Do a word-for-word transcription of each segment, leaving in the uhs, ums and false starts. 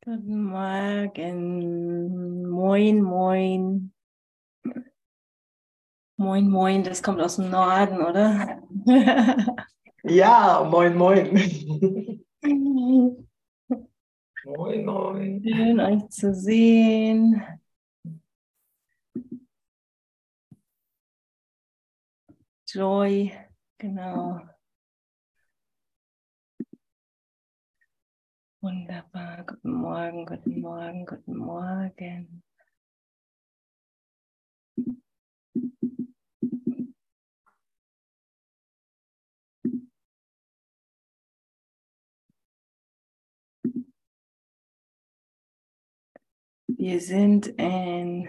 Guten Morgen. Moin, moin. Moin, moin, das kommt aus dem Norden, oder? Ja, moin, moin. Moin, moin. Schön, euch zu sehen. Joy, genau. Wunderbar. Guten Morgen, guten Morgen, guten Morgen. Wir sind in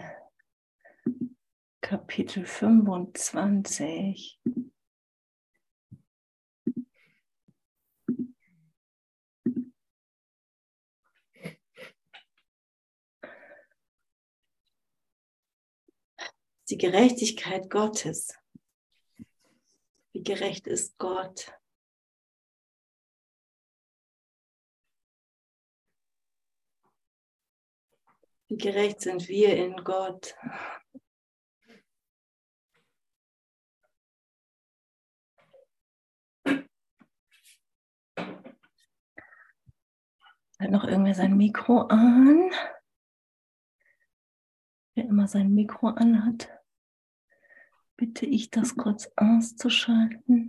Kapitel fünfundzwanzig. Die Gerechtigkeit Gottes. Wie gerecht ist Gott? Wie gerecht sind wir in Gott? Hat noch irgendwer sein Mikro an? Wer immer sein Mikro anhat, bitte ich das kurz auszuschalten.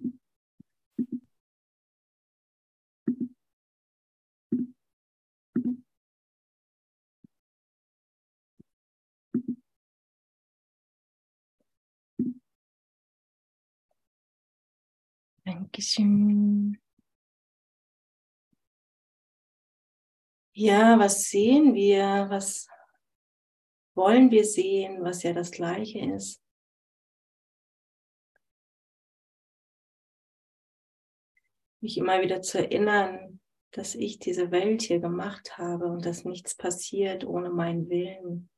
Dankeschön. Ja, was sehen wir? Was wollen wir sehen, was ja das Gleiche ist? Mich immer wieder zu erinnern, dass ich diese Welt hier gemacht habe und dass nichts passiert ohne meinen Willen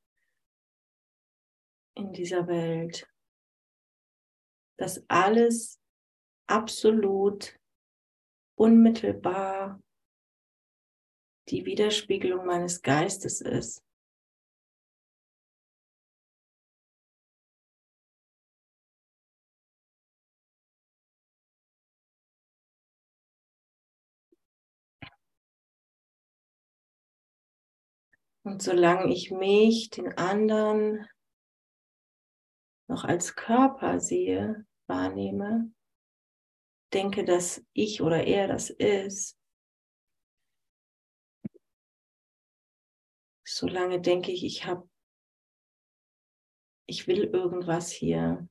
in dieser Welt. Dass alles absolut unmittelbar die Widerspiegelung meines Geistes ist. Und solange ich mich, den anderen, noch als Körper sehe, wahrnehme, denke, dass ich oder er das ist, solange denke ich, ich habe, ich will irgendwas hier.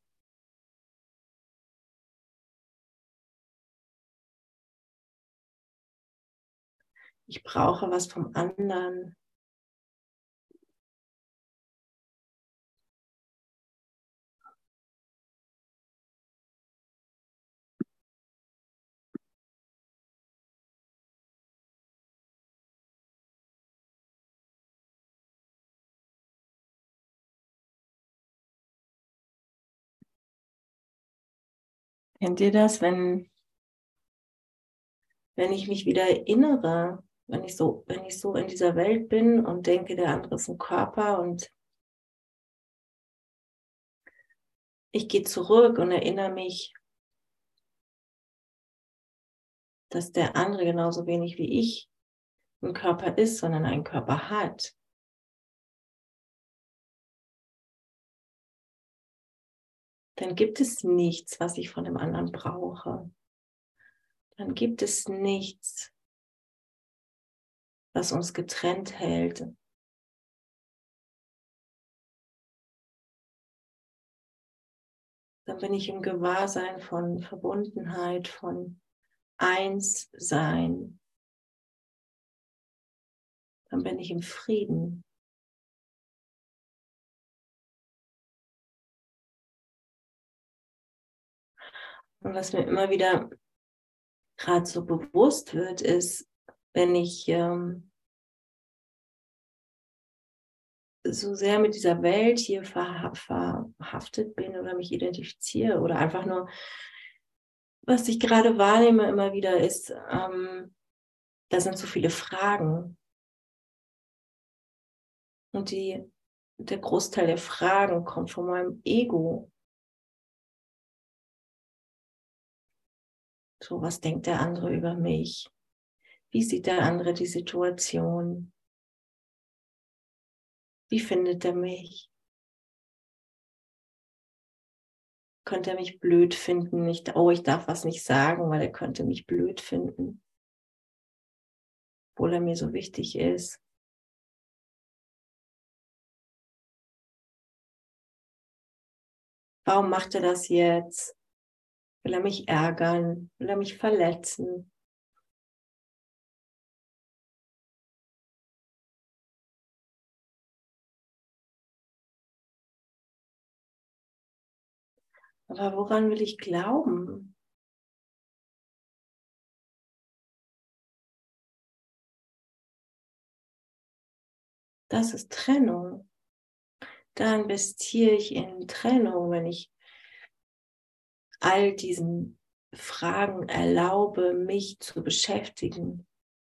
Ich brauche was vom anderen. Kennt ihr das, wenn, wenn ich mich wieder erinnere, wenn ich so, wenn ich so in dieser Welt bin und denke, der andere ist ein Körper und ich gehe zurück und erinnere mich, dass der andere genauso wenig wie ich ein Körper ist, sondern einen Körper hat. Dann gibt es nichts, was ich von dem anderen brauche. Dann gibt es nichts, was uns getrennt hält. Dann bin ich im Gewahrsein von Verbundenheit, von Einssein. Dann bin ich im Frieden. Und was mir immer wieder gerade so bewusst wird, ist, wenn ich ähm, so sehr mit dieser Welt hier verha verhaftet bin oder mich identifiziere oder einfach nur, was ich gerade wahrnehme immer wieder ist, ähm, da sind so viele Fragen. Und die, der Großteil der Fragen kommt von meinem Ego. So, was denkt der andere über mich? Wie sieht der andere die Situation? Wie findet er mich? Könnte er mich blöd finden? Ich, oh, ich darf was nicht sagen, weil er könnte mich blöd finden, obwohl er mir so wichtig ist. Warum macht er das jetzt? Will er mich ärgern? Will er mich verletzen? Aber woran will ich glauben? Das ist Trennung. Da investiere ich in Trennung, wenn ich all diesen Fragen erlaube, mich zu beschäftigen.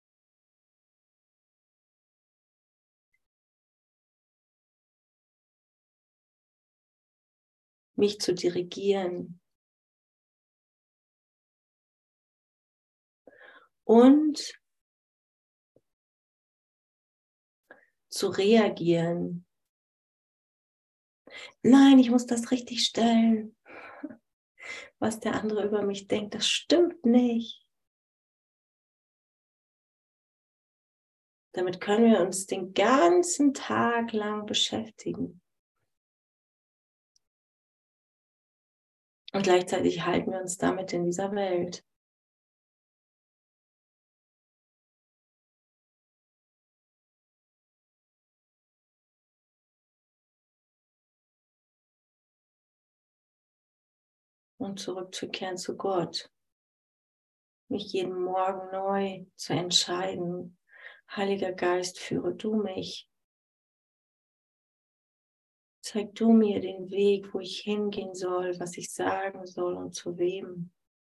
Mich zu dirigieren. Und zu reagieren. Nein, ich muss das richtig stellen. Was der andere über mich denkt, das stimmt nicht. Damit können wir uns den ganzen Tag lang beschäftigen. Und gleichzeitig halten wir uns damit in dieser Welt. Und zurückzukehren zu Gott. Mich jeden Morgen neu zu entscheiden. Heiliger Geist, führe du mich. Zeig du mir den Weg, wo ich hingehen soll, was ich sagen soll und zu wem.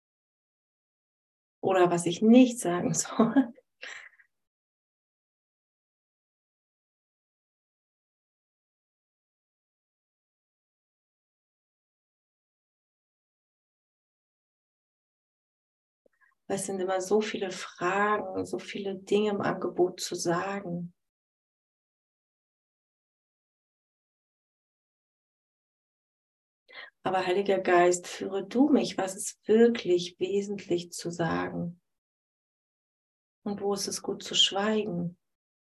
Oder was ich nicht sagen soll. Es sind immer so viele Fragen, so viele Dinge im Angebot zu sagen. Aber Heiliger Geist, führe du mich, was ist wirklich wesentlich zu sagen? Und wo ist es gut zu schweigen?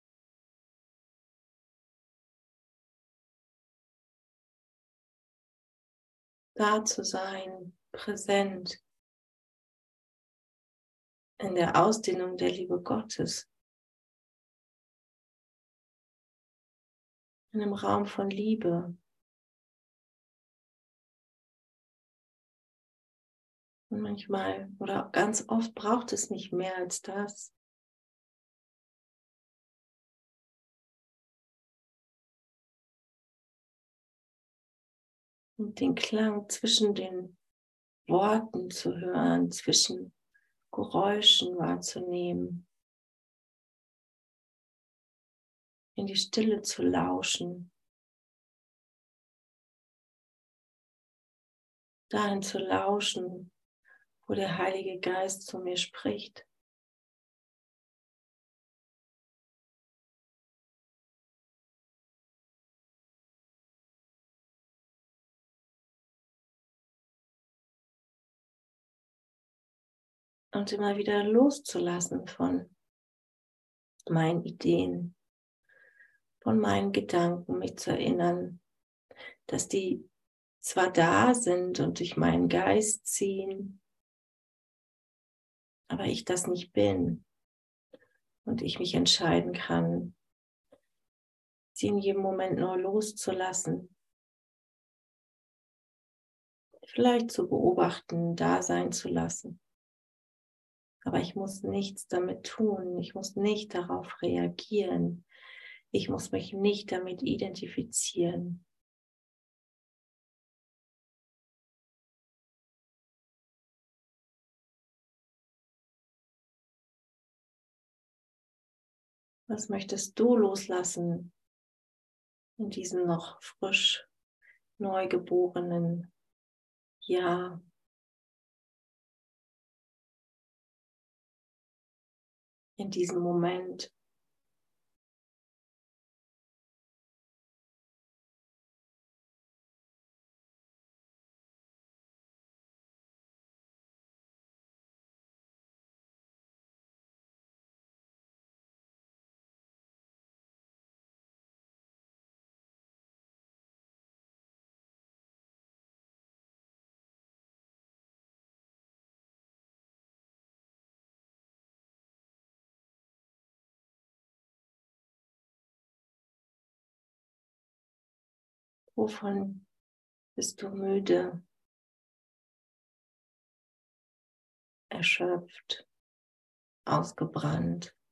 Da zu sein, präsent in der Ausdehnung der Liebe Gottes. In einem Raum von Liebe. Und manchmal oder ganz oft braucht es nicht mehr als das. Und den Klang zwischen den Worten zu hören, zwischen Geräuschen wahrzunehmen. In die Stille zu lauschen. Dahin zu lauschen, wo der Heilige Geist zu mir spricht. Und immer wieder loszulassen von meinen Ideen, von meinen Gedanken, mich zu erinnern, dass die zwar da sind und durch meinen Geist ziehen, aber ich das nicht bin und ich mich entscheiden kann, sie in jedem Moment nur loszulassen, vielleicht zu beobachten, da sein zu lassen. Aber ich muss nichts damit tun, ich muss nicht darauf reagieren, ich muss mich nicht damit identifizieren. Was möchtest du loslassen in diesem noch frisch neugeborenen Jahr. In diesem Moment. Wovon bist du müde, erschöpft, ausgebrannt?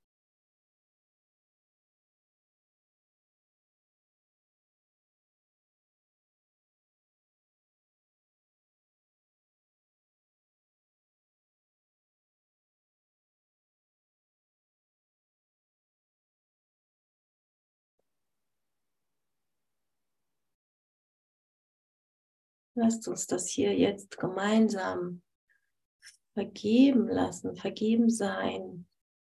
Lasst uns das hier jetzt gemeinsam vergeben lassen, vergeben sein,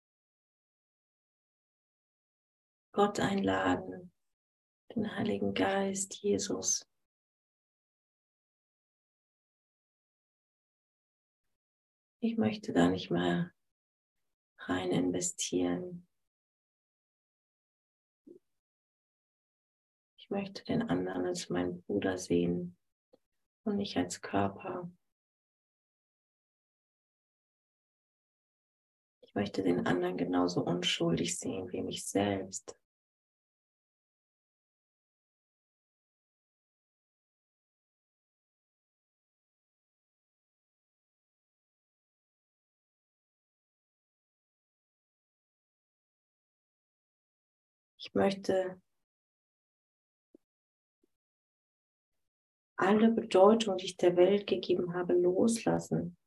Gott einladen, den Heiligen Geist, Jesus. Ich möchte da nicht mehr rein investieren. Ich möchte den anderen als meinen Bruder sehen und nicht als Körper. Ich möchte den anderen genauso unschuldig sehen wie mich selbst. Ich möchte alle Bedeutung, die ich der Welt gegeben habe, loslassen.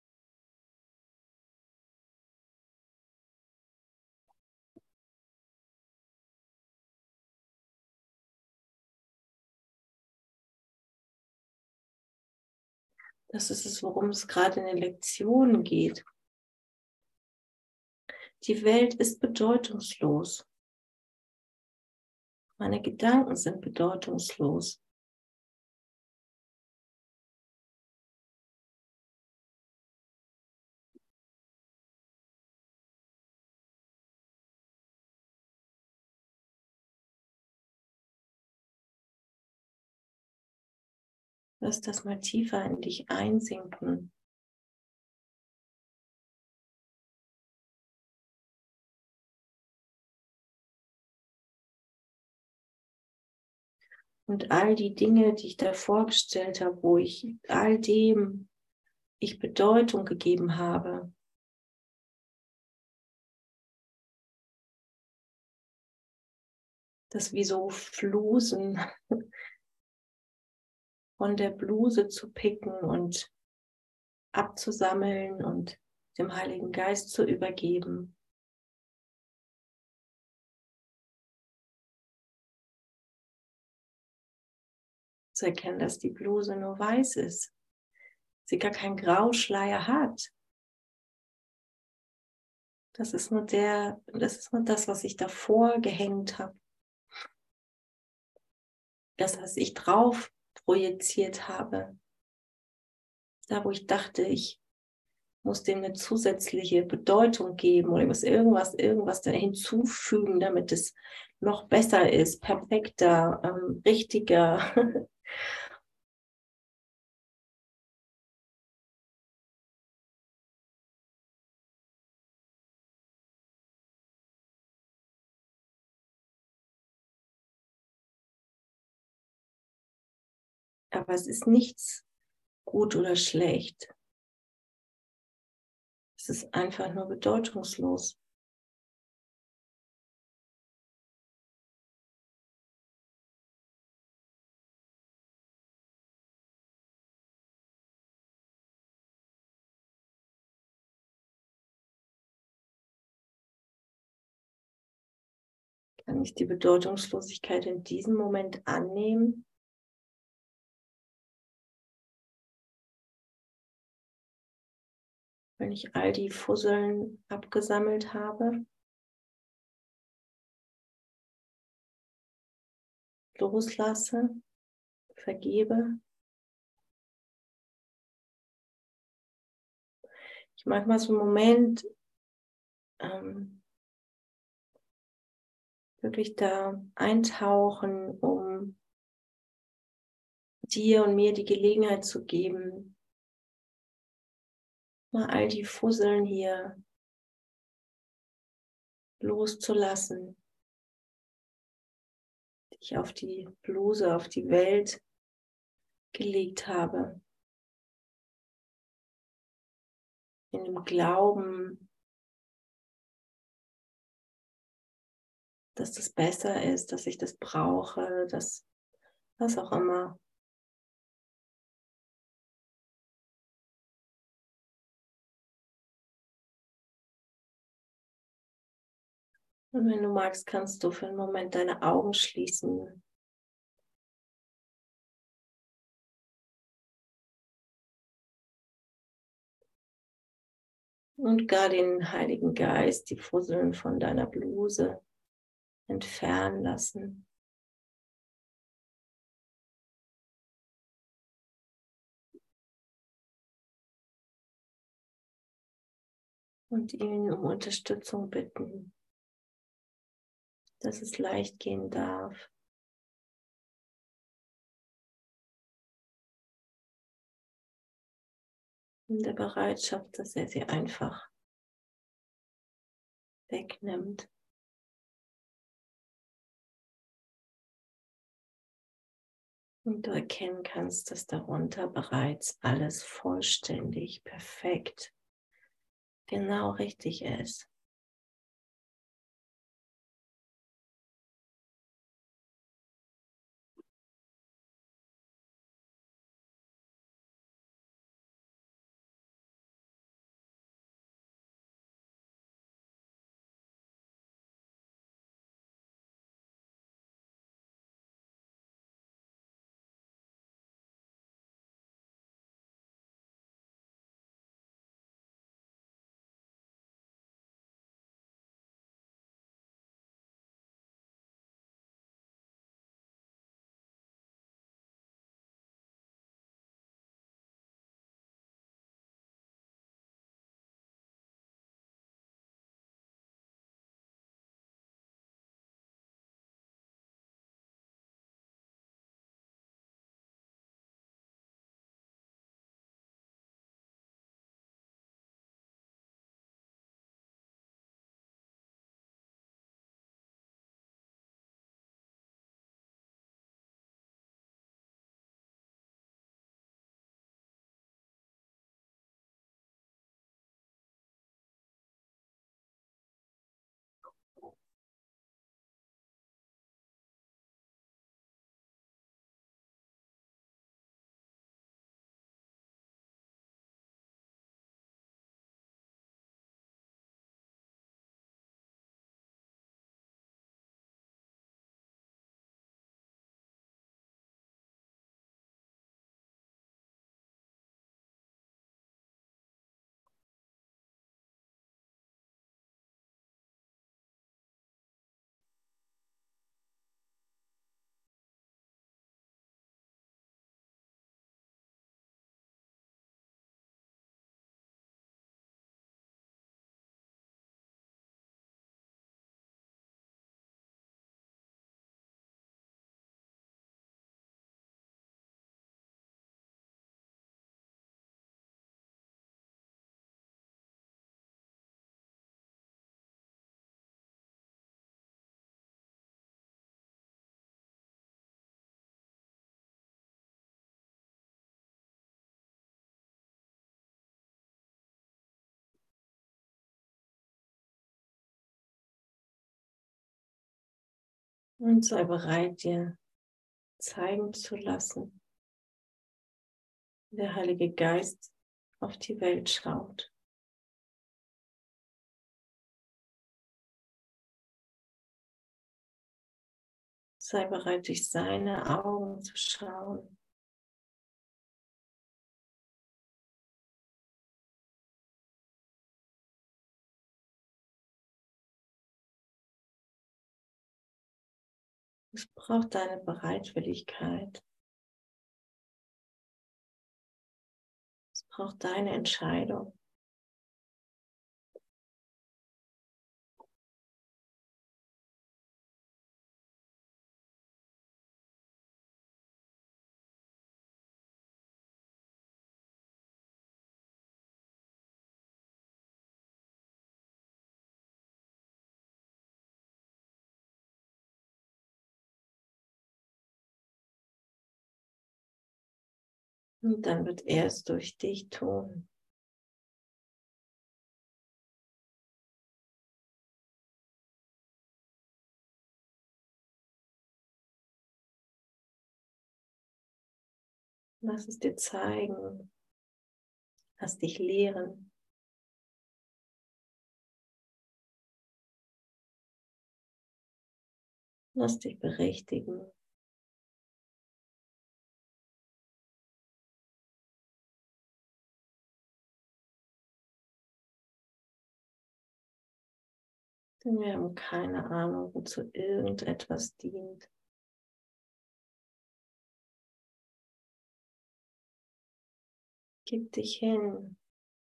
Das ist es, worum es gerade in den Lektionen geht. Die Welt ist bedeutungslos. Meine Gedanken sind bedeutungslos. Lass das mal tiefer in dich einsinken. Und all die Dinge, die ich da vorgestellt habe, wo ich all dem ich Bedeutung gegeben habe, das wie so Flusen von der Bluse zu picken und abzusammeln und dem Heiligen Geist zu übergeben. Zu erkennen, dass die Bluse nur weiß ist, sie gar keinen Grauschleier hat. Das ist nur der, das ist nur das, was ich davor gehängt habe. Das, was ich drauf projiziert habe. Da, wo ich dachte, ich muss dem eine zusätzliche Bedeutung geben oder ich muss irgendwas, irgendwas da hinzufügen, damit es noch besser ist, perfekter, ähm, richtiger. Aber es ist nichts gut oder schlecht. Es ist einfach nur bedeutungslos. Kann ich die Bedeutungslosigkeit in diesem Moment annehmen? Wenn ich all die Fusseln abgesammelt habe, loslasse, vergebe. Ich mache mal so einen Moment ähm, wirklich da eintauchen, um dir und mir die Gelegenheit zu geben, mal all die Fusseln hier loszulassen, die ich auf die Bluse, auf die Welt gelegt habe. In dem Glauben, dass das besser ist, dass ich das brauche, dass was auch immer. Und wenn du magst, kannst du für einen Moment deine Augen schließen. Und gar den Heiligen Geist, die Fusseln von deiner Bluse entfernen lassen. Und ihn um Unterstützung bitten, dass es leicht gehen darf. In der Bereitschaft, dass er sie einfach wegnimmt. Und du erkennen kannst, dass darunter bereits alles vollständig, perfekt, genau richtig ist. Und sei bereit, dir zeigen zu lassen, wie der Heilige Geist auf die Welt schaut. Sei bereit, durch seine Augen zu schauen. Es braucht deine Bereitwilligkeit. Es braucht deine Entscheidung. Und dann wird er es durch dich tun. Lass es dir zeigen. Lass dich lehren. Lass dich berichtigen. Denn wir haben keine Ahnung, wozu irgendetwas dient. Gib dich hin.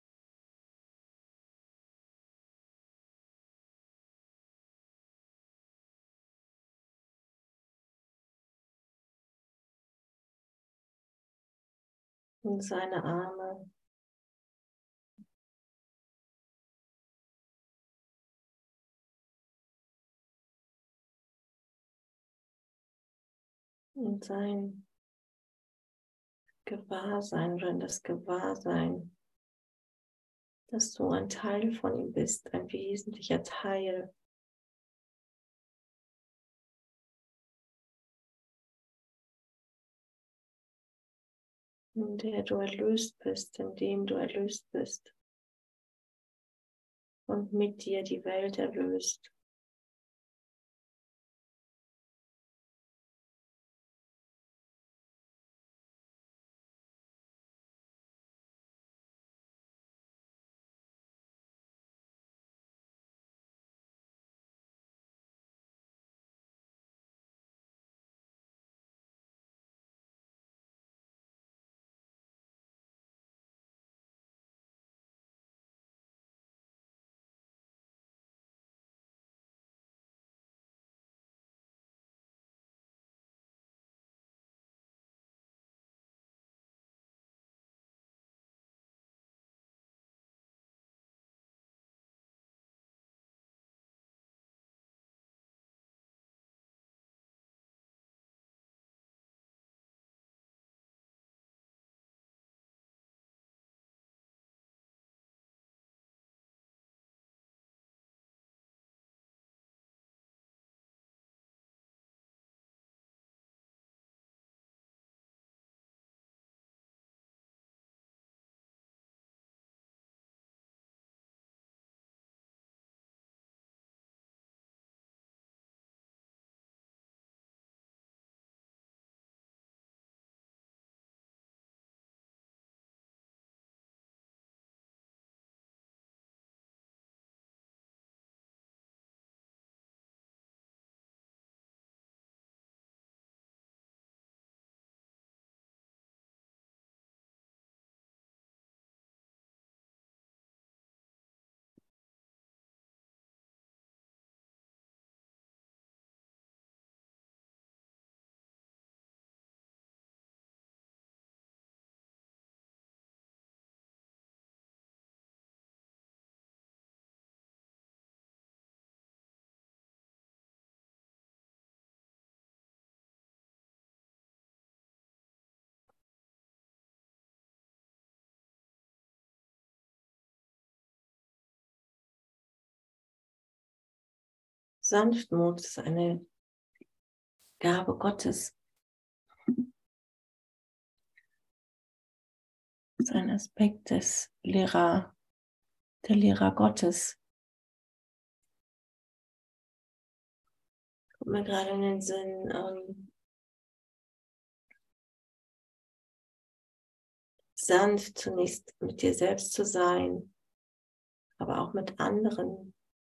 In seine Arme. In sein Gewahrsein oder in das Gewahrsein, dass du ein Teil von ihm bist, ein wesentlicher Teil. In der du erlöst bist, in dem du erlöst bist. Und mit dir die Welt erlöst. Sanftmut ist eine Gabe Gottes. Das ist ein Aspekt des Lehrer, der Lehrer Gottes. mir gerade in den Sinn, ähm, sanft zunächst mit dir selbst zu sein, aber auch mit anderen.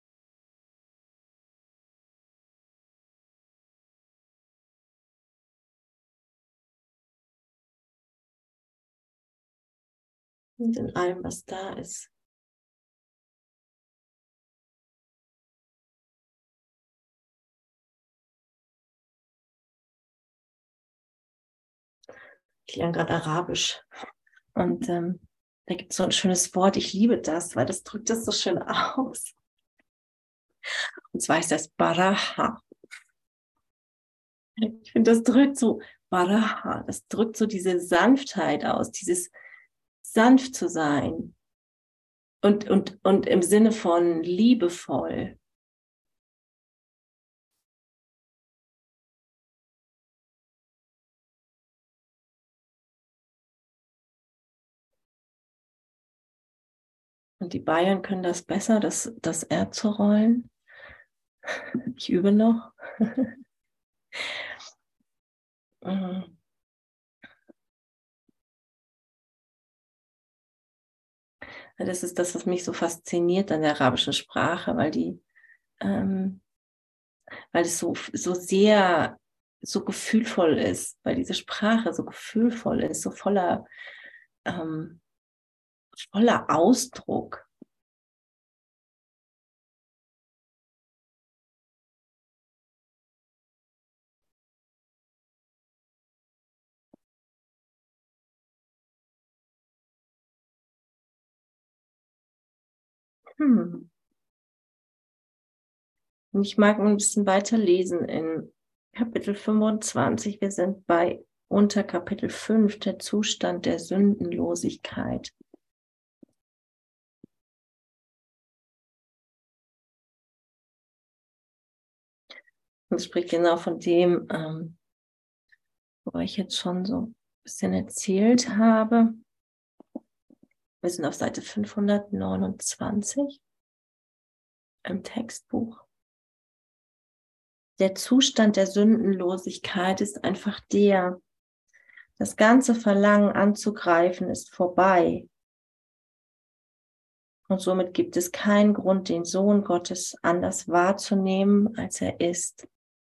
Und in allem, was da ist. Ich lerne gerade Arabisch. Und ähm, da gibt es so ein schönes Wort, ich liebe das, weil das drückt das so schön aus. Und zwar heißt das Baraha. Ich finde, das drückt so, Baraha, das drückt so diese Sanftheit aus, dieses sanft zu sein. Und, und, und im Sinne von liebevoll. Und die Bayern können das besser, das, das R zu rollen. Ich übe noch. Das ist das, was mich so fasziniert an der arabischen Sprache, weil die, ähm, weil es so, so sehr, so gefühlvoll ist, weil diese Sprache so gefühlvoll ist, so voller, ähm, voller Ausdruck. Hm. Und ich mag ein bisschen weiter lesen in Kapitel fünfundzwanzig. Wir sind bei unter Kapitel fünf, der Zustand der Sündenlosigkeit. Und es spricht genau von dem, ähm, wo ich jetzt schon so ein bisschen erzählt habe. Wir sind auf Seite fünfhundertneunundzwanzig im Textbuch. Der Zustand der Sündenlosigkeit ist einfach der, das ganze Verlangen anzugreifen ist vorbei. Und somit gibt es keinen Grund, den Sohn Gottes anders wahrzunehmen, als er ist.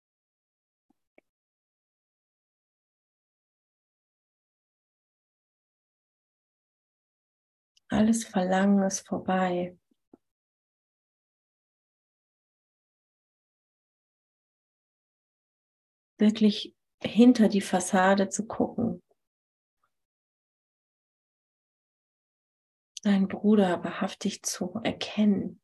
Alles Verlangen ist vorbei. Wirklich hinter die Fassade zu gucken. Deinen Bruder wahrhaftig zu erkennen.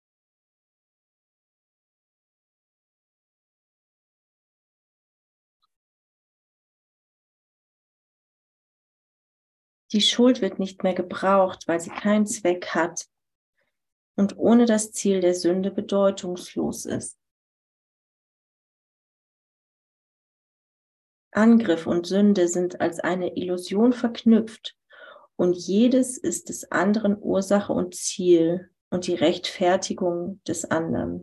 Die Schuld wird nicht mehr gebraucht, weil sie keinen Zweck hat und ohne das Ziel der Sünde bedeutungslos ist. Angriff und Sünde sind als eine Illusion verknüpft und jedes ist des anderen Ursache und Ziel und die Rechtfertigung des anderen.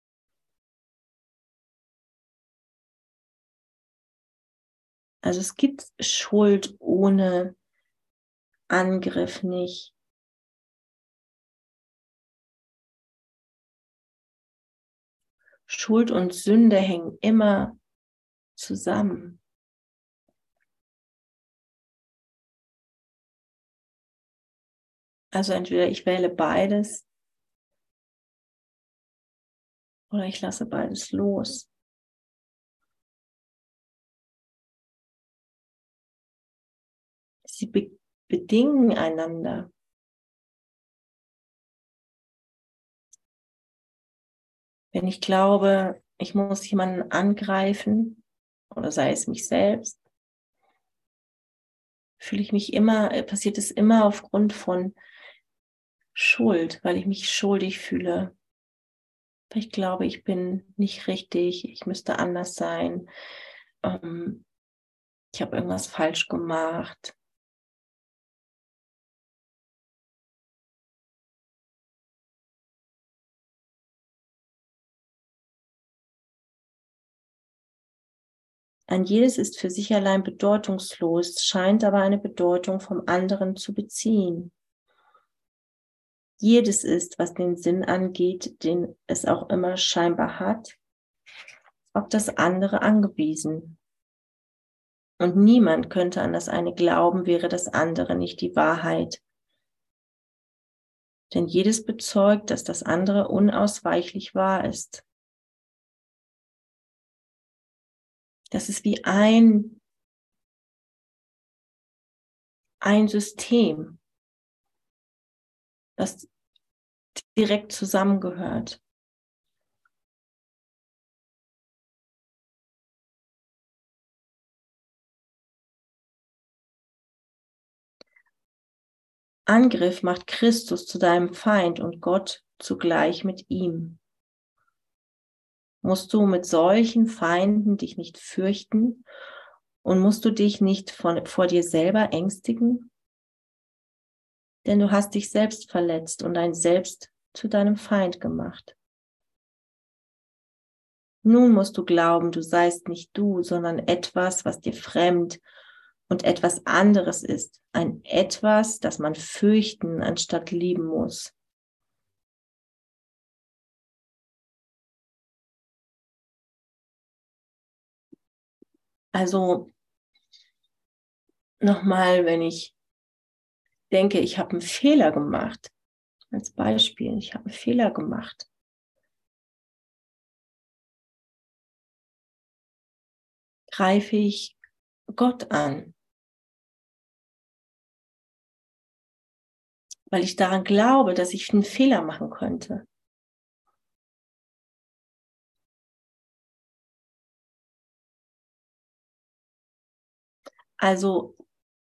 Also es gibt Schuld ohne Angriff nicht. Schuld und Sünde hängen immer zusammen. Also entweder ich wähle beides oder ich lasse beides los. Sie be- bedingen einander. Wenn ich glaube, ich muss jemanden angreifen, oder sei es mich selbst, fühle ich mich immer, passiert es immer aufgrund von Schuld, weil ich mich schuldig fühle. Weil ich glaube, ich bin nicht richtig, ich müsste anders sein, ähm, ich habe irgendwas falsch gemacht. Ein jedes ist für sich allein bedeutungslos, scheint aber eine Bedeutung vom anderen zu beziehen. Jedes ist, was den Sinn angeht, den es auch immer scheinbar hat, auf das andere angewiesen. Und niemand könnte an das eine glauben, wäre das andere nicht die Wahrheit. Denn jedes bezeugt, dass das andere unausweichlich wahr ist. Das ist wie ein, ein System, das direkt zusammengehört. Angriff macht Christus zu deinem Feind und Gott zugleich mit ihm. Musst du mit solchen Feinden dich nicht fürchten und musst du dich nicht von, vor dir selber ängstigen? Denn du hast dich selbst verletzt und dein Selbst zu deinem Feind gemacht. Nun musst du glauben, du seist nicht du, sondern etwas, was dir fremd und etwas anderes ist. Ein etwas, das man fürchten anstatt lieben muss. Also nochmal, wenn ich denke, ich habe einen Fehler gemacht, als Beispiel, ich habe einen Fehler gemacht, greife ich Gott an, weil ich daran glaube, dass ich einen Fehler machen könnte. Also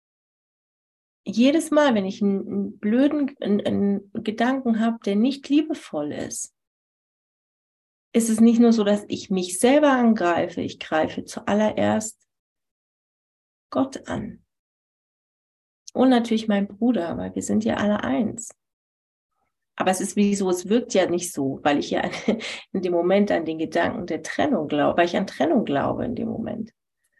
jedes Mal, wenn ich einen, einen blöden einen, einen Gedanken habe, der nicht liebevoll ist, ist es nicht nur so, dass ich mich selber angreife, ich greife zuallererst Gott an. Und natürlich mein Bruder, weil wir sind ja alle eins. Aber es ist wie so, es wirkt ja nicht so, weil ich ja in dem Moment an den Gedanken der Trennung glaube, weil ich an Trennung glaube in dem Moment.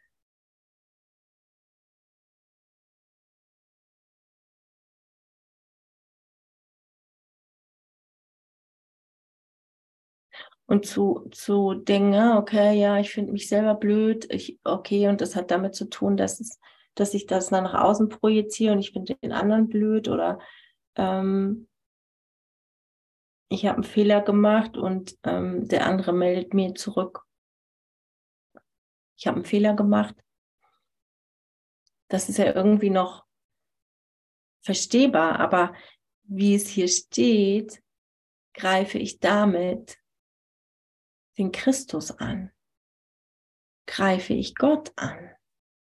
Und zu, zu denken, ah, okay, ja, ich finde mich selber blöd, ich, okay, und das hat damit zu tun, dass, es, dass ich das dann nach außen projiziere und ich finde den anderen blöd oder ähm, ich habe einen Fehler gemacht und ähm, der andere meldet mir zurück, ich habe einen Fehler gemacht. Das ist ja irgendwie noch verstehbar, aber wie es hier steht, greife ich damit den Christus an, greife ich Gott an.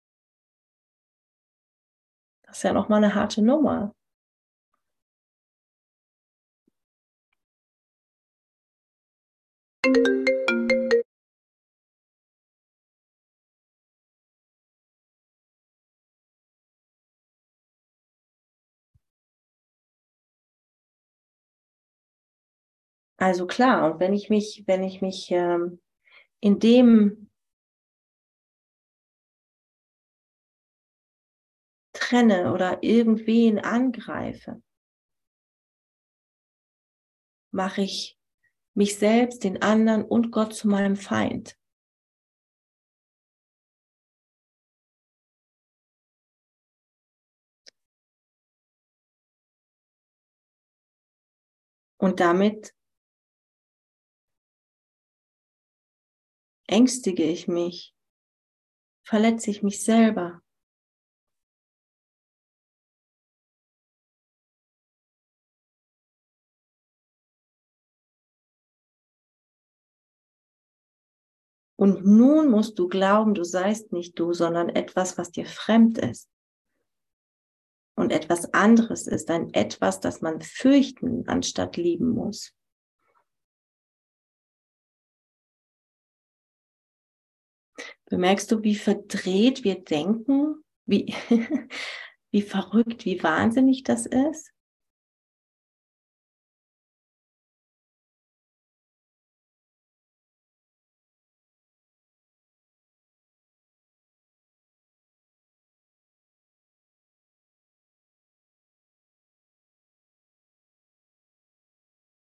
Das ist ja nochmal eine harte Nummer. Also klar, und wenn ich mich, wenn ich mich ähm, in dem trenne oder irgendwen angreife, mache ich mich selbst, den anderen und Gott zu meinem Feind. Und damit ängstige ich mich, verletze ich mich selber. Und nun musst du glauben, du seist nicht du, sondern etwas, was dir fremd ist. Und etwas anderes ist ein etwas, das man fürchten anstatt lieben muss. Bemerkst du, wie verdreht wir denken? Wie, wie verrückt, wie wahnsinnig das ist?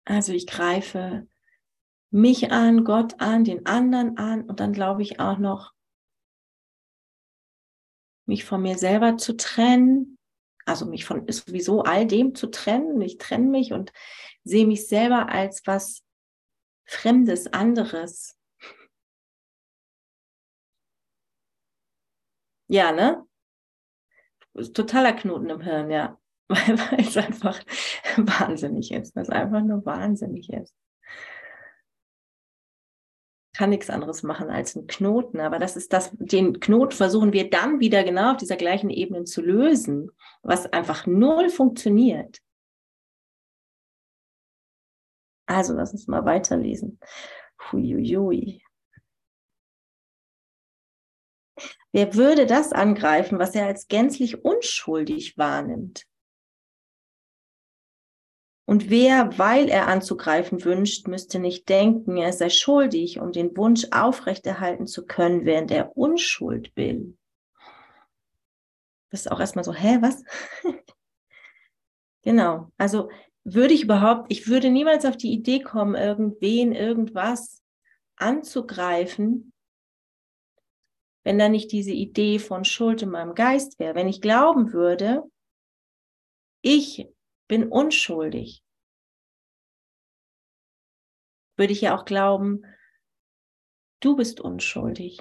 Also ich greife mich an, Gott an, den anderen an und dann glaube ich auch noch, mich von mir selber zu trennen, also mich von sowieso all dem zu trennen. Ich trenne mich und sehe mich selber als was Fremdes, anderes. Ja, ne? Totaler Knoten im Hirn, ja. Weil, weil es einfach wahnsinnig ist. Weil es einfach nur wahnsinnig ist. Kann nichts anderes machen als einen Knoten. Aber das ist das, den Knoten versuchen wir dann wieder genau auf dieser gleichen Ebene zu lösen, was einfach null funktioniert. Also lass uns mal weiterlesen. Huiuiui. Wer würde das angreifen, was er als gänzlich unschuldig wahrnimmt? Und wer, weil er anzugreifen wünscht, müsste nicht denken, er sei schuldig, um den Wunsch aufrechterhalten zu können, während er Unschuld will. Das ist auch erstmal so, hä, was? Genau, also würde ich überhaupt, ich würde niemals auf die Idee kommen, irgendwen, irgendwas anzugreifen, wenn da nicht diese Idee von Schuld in meinem Geist wäre. Wenn ich glauben würde, ich bin unschuldig, würde ich ja auch glauben, du bist unschuldig.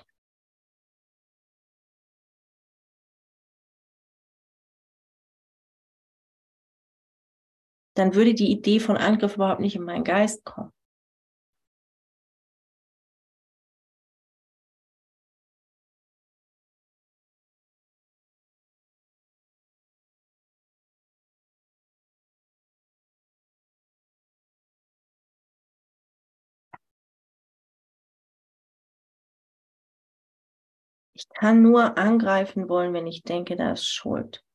Dann würde die Idee von Angriff überhaupt nicht in meinen Geist kommen. Ich kann nur angreifen wollen, wenn ich denke, da ist Schuld.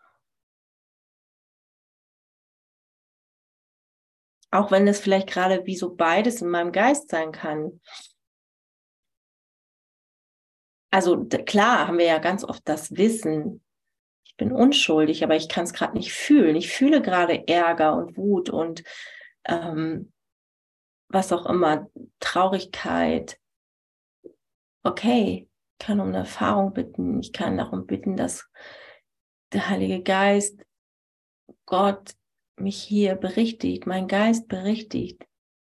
Auch wenn es vielleicht gerade wie so beides in meinem Geist sein kann. Also klar haben wir ja ganz oft das Wissen, ich bin unschuldig, aber ich kann es gerade nicht fühlen. Ich fühle gerade Ärger und Wut und ähm, was auch immer, Traurigkeit. Okay, ich kann um eine Erfahrung bitten. Ich kann darum bitten, dass der Heilige Geist, Gott, mich hier berichtigt, mein Geist berichtigt.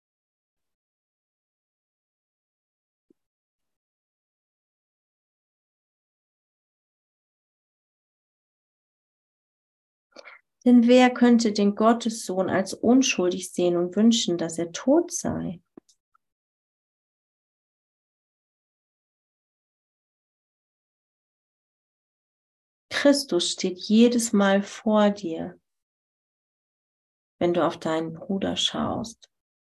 Denn wer könnte den Gottessohn als unschuldig sehen und wünschen, dass er tot sei? Christus steht jedes Mal vor dir, wenn du auf deinen Bruder schaust.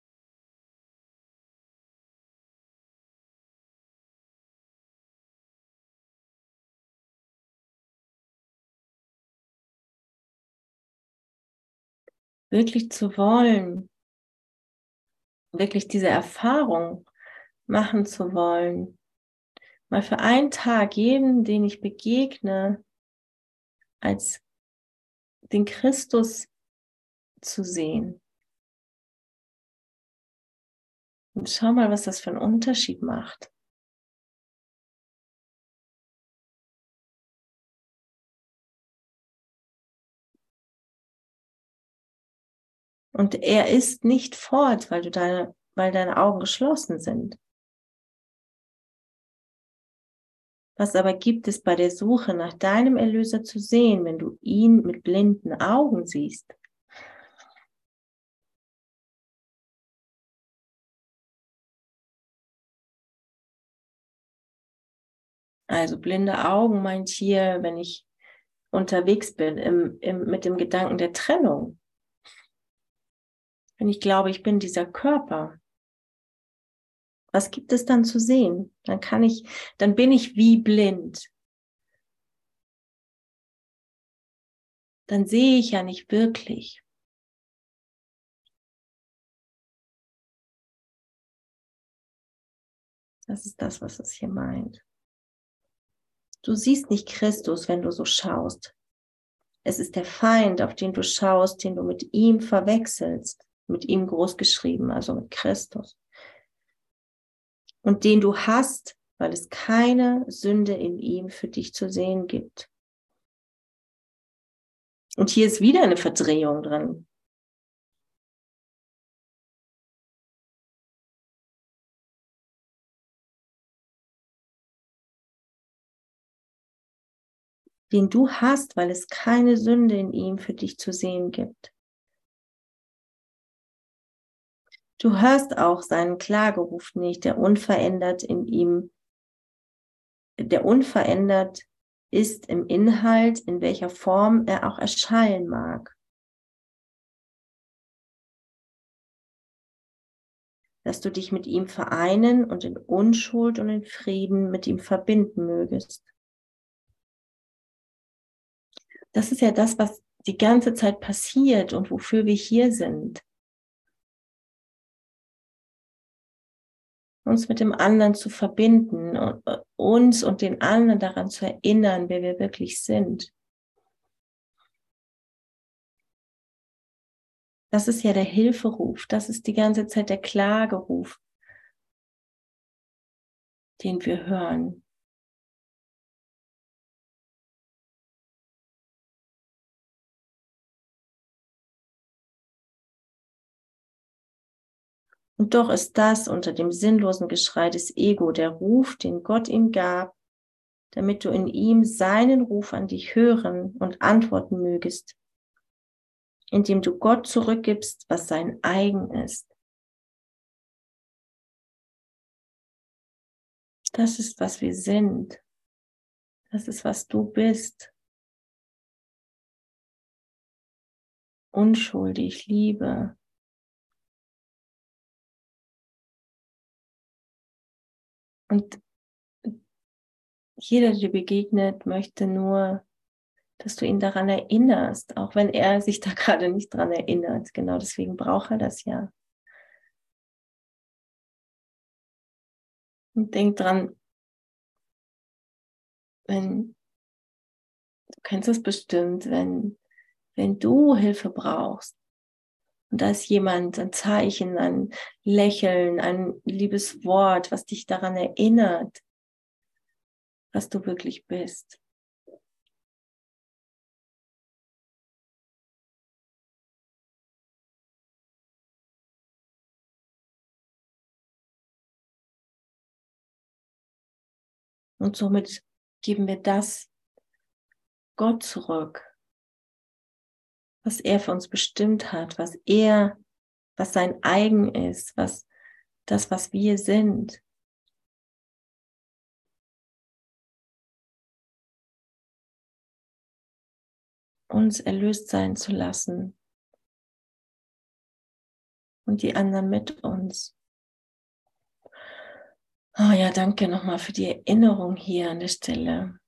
Wirklich zu wollen, wirklich diese Erfahrung machen zu wollen, mal für einen Tag jeden, den ich begegne, als den Christus zu sehen. Und schau mal, was das für einen Unterschied macht. Und er ist nicht fort, weil du deine, weil deine Augen geschlossen sind. Was aber gibt es bei der Suche nach deinem Erlöser zu sehen, wenn du ihn mit blinden Augen siehst? Also blinde Augen meint hier, wenn ich unterwegs bin im, im, mit dem Gedanken der Trennung. Wenn ich glaube, ich bin dieser Körper. Was gibt es dann zu sehen? Dann kann ich, dann bin ich wie blind. Dann sehe ich ja nicht wirklich. Das ist das, was es hier meint. Du siehst nicht Christus, wenn du so schaust. Es ist der Feind, auf den du schaust, den du mit ihm verwechselst. mit ihm groß geschrieben, also mit Christus. Und den du hast, weil es keine Sünde in ihm für dich zu sehen gibt. Und hier ist wieder eine Verdrehung drin. Den du hast, weil es keine Sünde in ihm für dich zu sehen gibt. Du hörst auch seinen Klageruf nicht, der unverändert in ihm, der unverändert ist im Inhalt, in welcher Form er auch erscheinen mag. Dass du dich mit ihm vereinen und in Unschuld und in Frieden mit ihm verbinden mögest. Das ist ja das, was die ganze Zeit passiert und wofür wir hier sind. Uns mit dem anderen zu verbinden und uns und den anderen daran zu erinnern, wer wir wirklich sind. Das ist ja der Hilferuf, das ist die ganze Zeit der Klageruf, den wir hören. Und doch ist das unter dem sinnlosen Geschrei des Ego der Ruf, den Gott ihm gab, damit du in ihm seinen Ruf an dich hören und antworten mögest, indem du Gott zurückgibst, was sein eigen ist. Das ist, was wir sind. Das ist, was du bist. Unschuldig, Liebe. Und jeder, der dir begegnet, möchte nur, dass du ihn daran erinnerst, auch wenn er sich da gerade nicht dran erinnert. Genau deswegen braucht er das ja. Und denk dran, wenn, du kennst es bestimmt, wenn, wenn du Hilfe brauchst und da ist jemand, ein Zeichen, ein Lächeln, ein liebes Wort, was dich daran erinnert, was du wirklich bist. Und somit geben wir das Gott zurück, was er für uns bestimmt hat, was er, was sein eigen ist, was das, was wir sind. Uns erlöst sein zu lassen und die anderen mit uns. Oh ja, danke nochmal für die Erinnerung hier an der Stelle.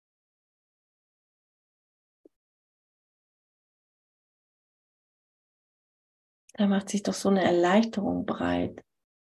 Da macht sich doch so eine Erleichterung breit.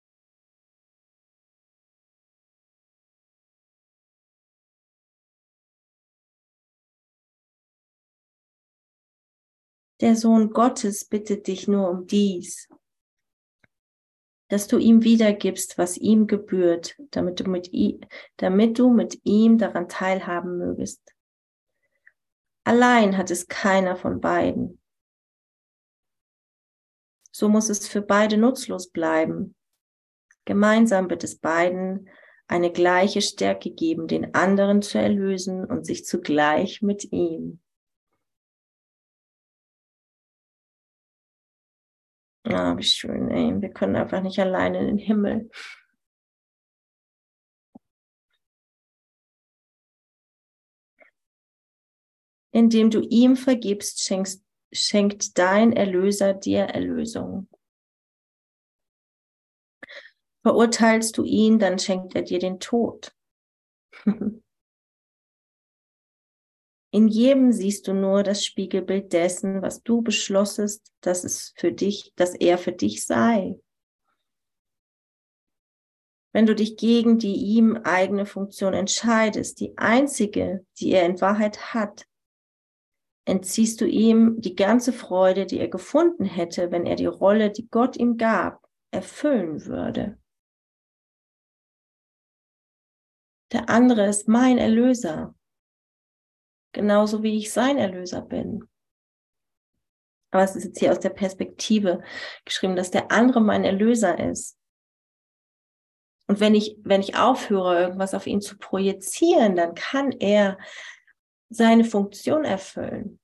Der Sohn Gottes bittet dich nur um dies, dass du ihm wiedergibst, was ihm gebührt, damit du mit ihm, damit du mit ihm daran teilhaben mögest. Allein hat es keiner von beiden. So muss es für beide nutzlos bleiben. Gemeinsam wird es beiden eine gleiche Stärke geben, den anderen zu erlösen und sich zugleich mit ihm. Ah, wie schön, ey. Wir können einfach nicht alleine in den Himmel. Indem du ihm vergibst, schenkst, schenkt dein Erlöser dir Erlösung. Verurteilst du ihn, dann schenkt er dir den Tod. In jedem siehst du nur das Spiegelbild dessen, was du beschlossest, dass es für dich, dass er für dich sei. Wenn du dich gegen die ihm eigene Funktion entscheidest, die einzige, die er in Wahrheit hat, entziehst du ihm die ganze Freude, die er gefunden hätte, wenn er die Rolle, die Gott ihm gab, erfüllen würde. Der andere ist mein Erlöser, genauso wie ich sein Erlöser bin. Aber es ist jetzt hier aus der Perspektive geschrieben, dass der andere mein Erlöser ist. Und wenn ich, wenn ich aufhöre, irgendwas auf ihn zu projizieren, dann kann er seine Funktion erfüllen.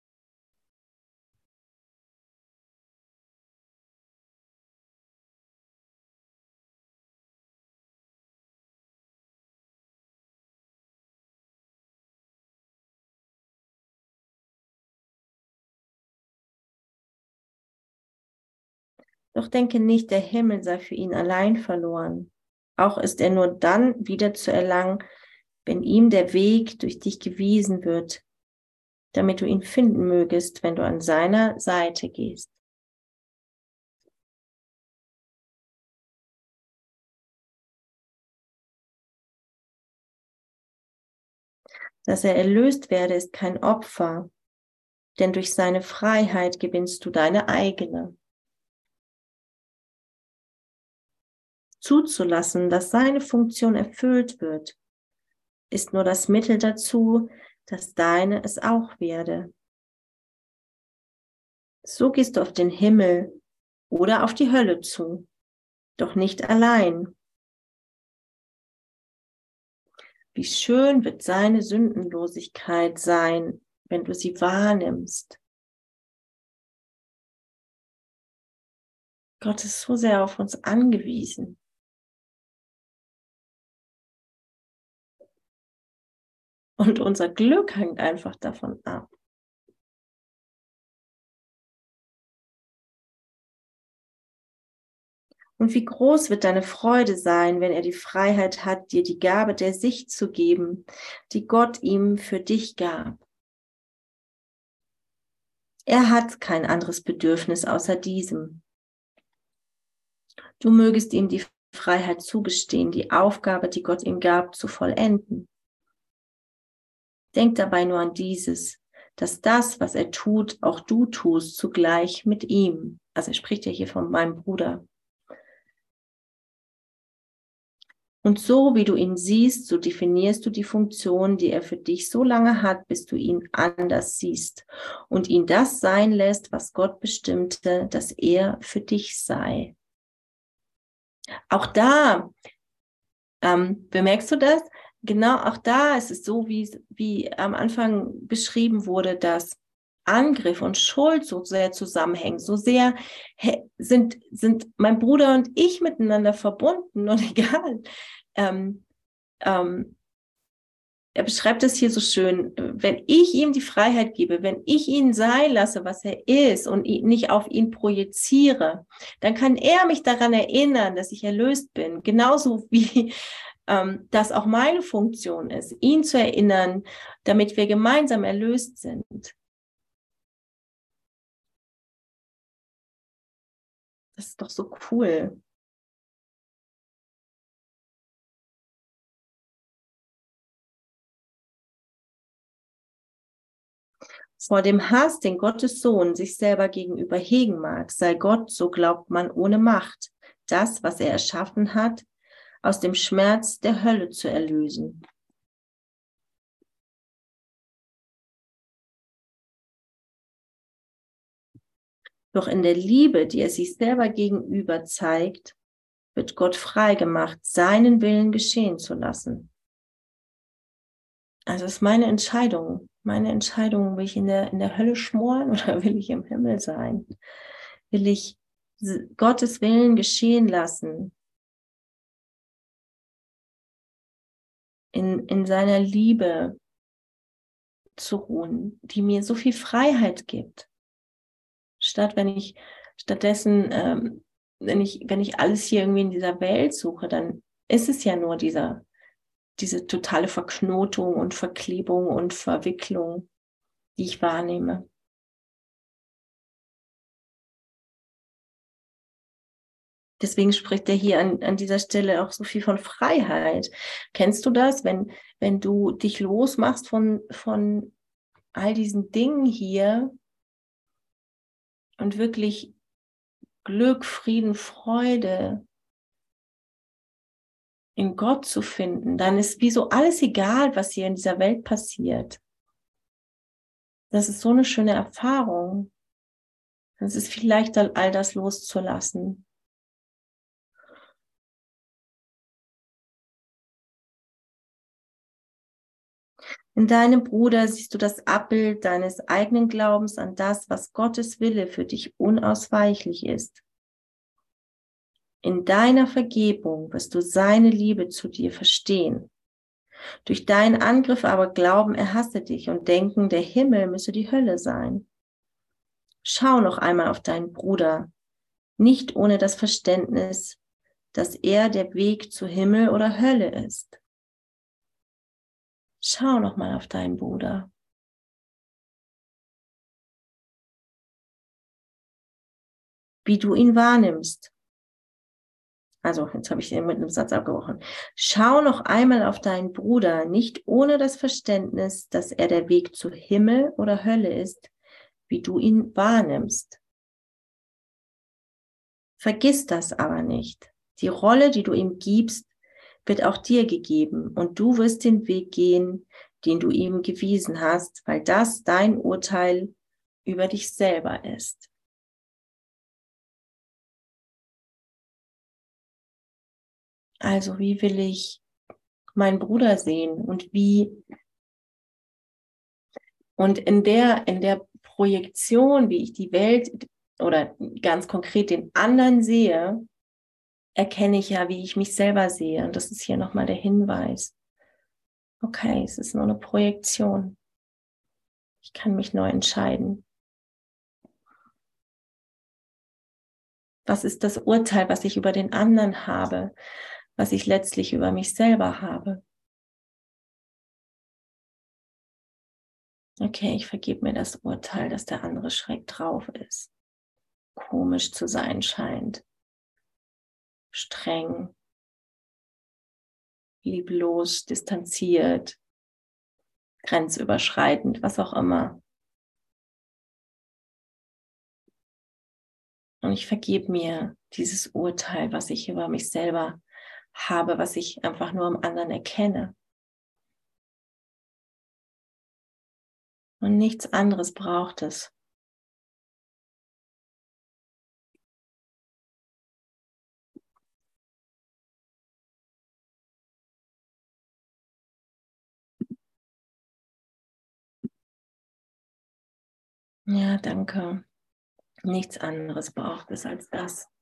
Doch denke nicht, der Himmel sei für ihn allein verloren. Auch ist er nur dann wieder zu erlangen, wenn ihm der Weg durch dich gewiesen wird, damit du ihn finden mögest, wenn du an seiner Seite gehst. Dass er erlöst werde, ist kein Opfer, denn durch seine Freiheit gewinnst du deine eigene. Zuzulassen, dass seine Funktion erfüllt wird, ist nur das Mittel dazu, dass deine es auch werde. So gehst du auf den Himmel oder auf die Hölle zu, doch nicht allein. Wie schön wird seine Sündenlosigkeit sein, wenn du sie wahrnimmst. Gott ist so sehr auf uns angewiesen. Und unser Glück hängt einfach davon ab. Und wie groß wird deine Freude sein, wenn er die Freiheit hat, dir die Gabe der Sicht zu geben, die Gott ihm für dich gab. Er hat kein anderes Bedürfnis außer diesem. Du mögest ihm die Freiheit zugestehen, die Aufgabe, die Gott ihm gab, zu vollenden. Denk dabei nur an dieses, dass das, was er tut, auch du tust, zugleich mit ihm. Also er spricht ja hier von meinem Bruder. Und so wie du ihn siehst, so definierst du die Funktion, die er für dich so lange hat, bis du ihn anders siehst und ihn das sein lässt, was Gott bestimmte, dass er für dich sei. Auch da, ähm, bemerkst du das? Genau, auch da ist es so, wie, wie am Anfang beschrieben wurde, dass Angriff und Schuld so sehr zusammenhängen, so sehr sind, sind mein Bruder und ich miteinander verbunden und egal. Ähm, ähm, er beschreibt es hier so schön, wenn ich ihm die Freiheit gebe, wenn ich ihn sein lasse, was er ist und ihn nicht auf ihn projiziere, dann kann er mich daran erinnern, dass ich erlöst bin, genauso wie ähm, das auch meine Funktion ist, ihn zu erinnern, damit wir gemeinsam erlöst sind. Das ist doch so cool. Vor dem Hass, den Gottes Sohn sich selber gegenüber hegen mag, sei Gott, so glaubt man, ohne Macht, das, was er erschaffen hat, aus dem Schmerz der Hölle zu erlösen. Doch in der Liebe, die er sich selber gegenüber zeigt, wird Gott frei gemacht, seinen Willen geschehen zu lassen. Also es ist meine Entscheidung. Meine Entscheidung, will ich in der, in der Hölle schmoren oder will ich im Himmel sein? Will ich Gottes Willen geschehen lassen? In, in seiner Liebe zu ruhen, die mir so viel Freiheit gibt. Statt wenn ich stattdessen, ähm, wenn ich, wenn ich alles hier irgendwie in dieser Welt suche, dann ist es ja nur dieser, diese totale Verknotung und Verklebung und Verwicklung, die ich wahrnehme. Deswegen spricht er hier an, an dieser Stelle auch so viel von Freiheit. Kennst du das, wenn, wenn du dich losmachst von, von all diesen Dingen hier und wirklich Glück, Frieden, Freude in Gott zu finden, dann ist wie so alles egal, was hier in dieser Welt passiert. Das ist so eine schöne Erfahrung. Es ist viel leichter, all das loszulassen. In deinem Bruder siehst du das Abbild deines eigenen Glaubens an das, was Gottes Wille für dich unausweichlich ist. In deiner Vergebung wirst du seine Liebe zu dir verstehen. Durch deinen Angriff aber glauben, er hasse dich und denken, der Himmel müsse die Hölle sein. Schau noch einmal auf deinen Bruder, nicht ohne das Verständnis, dass er der Weg zu Himmel oder Hölle ist. Schau noch mal auf deinen Bruder. Wie du ihn wahrnimmst. Also, jetzt habe ich den mit einem Satz abgebrochen. Schau noch einmal auf deinen Bruder, nicht ohne das Verständnis, dass er der Weg zu Himmel oder Hölle ist, wie du ihn wahrnimmst. Vergiss das aber nicht. Die Rolle, die du ihm gibst, wird auch dir gegeben und du wirst den Weg gehen, den du ihm gewiesen hast, weil das dein Urteil über dich selber ist. Also, wie will ich meinen Bruder sehen und wie und in der in der Projektion, wie ich die Welt oder ganz konkret den anderen sehe, erkenne ich ja, wie ich mich selber sehe. Und das ist hier nochmal der Hinweis. Okay, es ist nur eine Projektion. Ich kann mich neu entscheiden. Was ist das Urteil, was ich über den anderen habe, was ich letztlich über mich selber habe? Okay, ich vergebe mir das Urteil, dass der andere schräg drauf ist, komisch zu sein scheint, streng, lieblos, distanziert, grenzüberschreitend, was auch immer. Und ich vergebe mir dieses Urteil, was ich über mich selber habe, was ich einfach nur am anderen erkenne. Und nichts anderes braucht es. Ja, danke. Nichts anderes braucht es als das.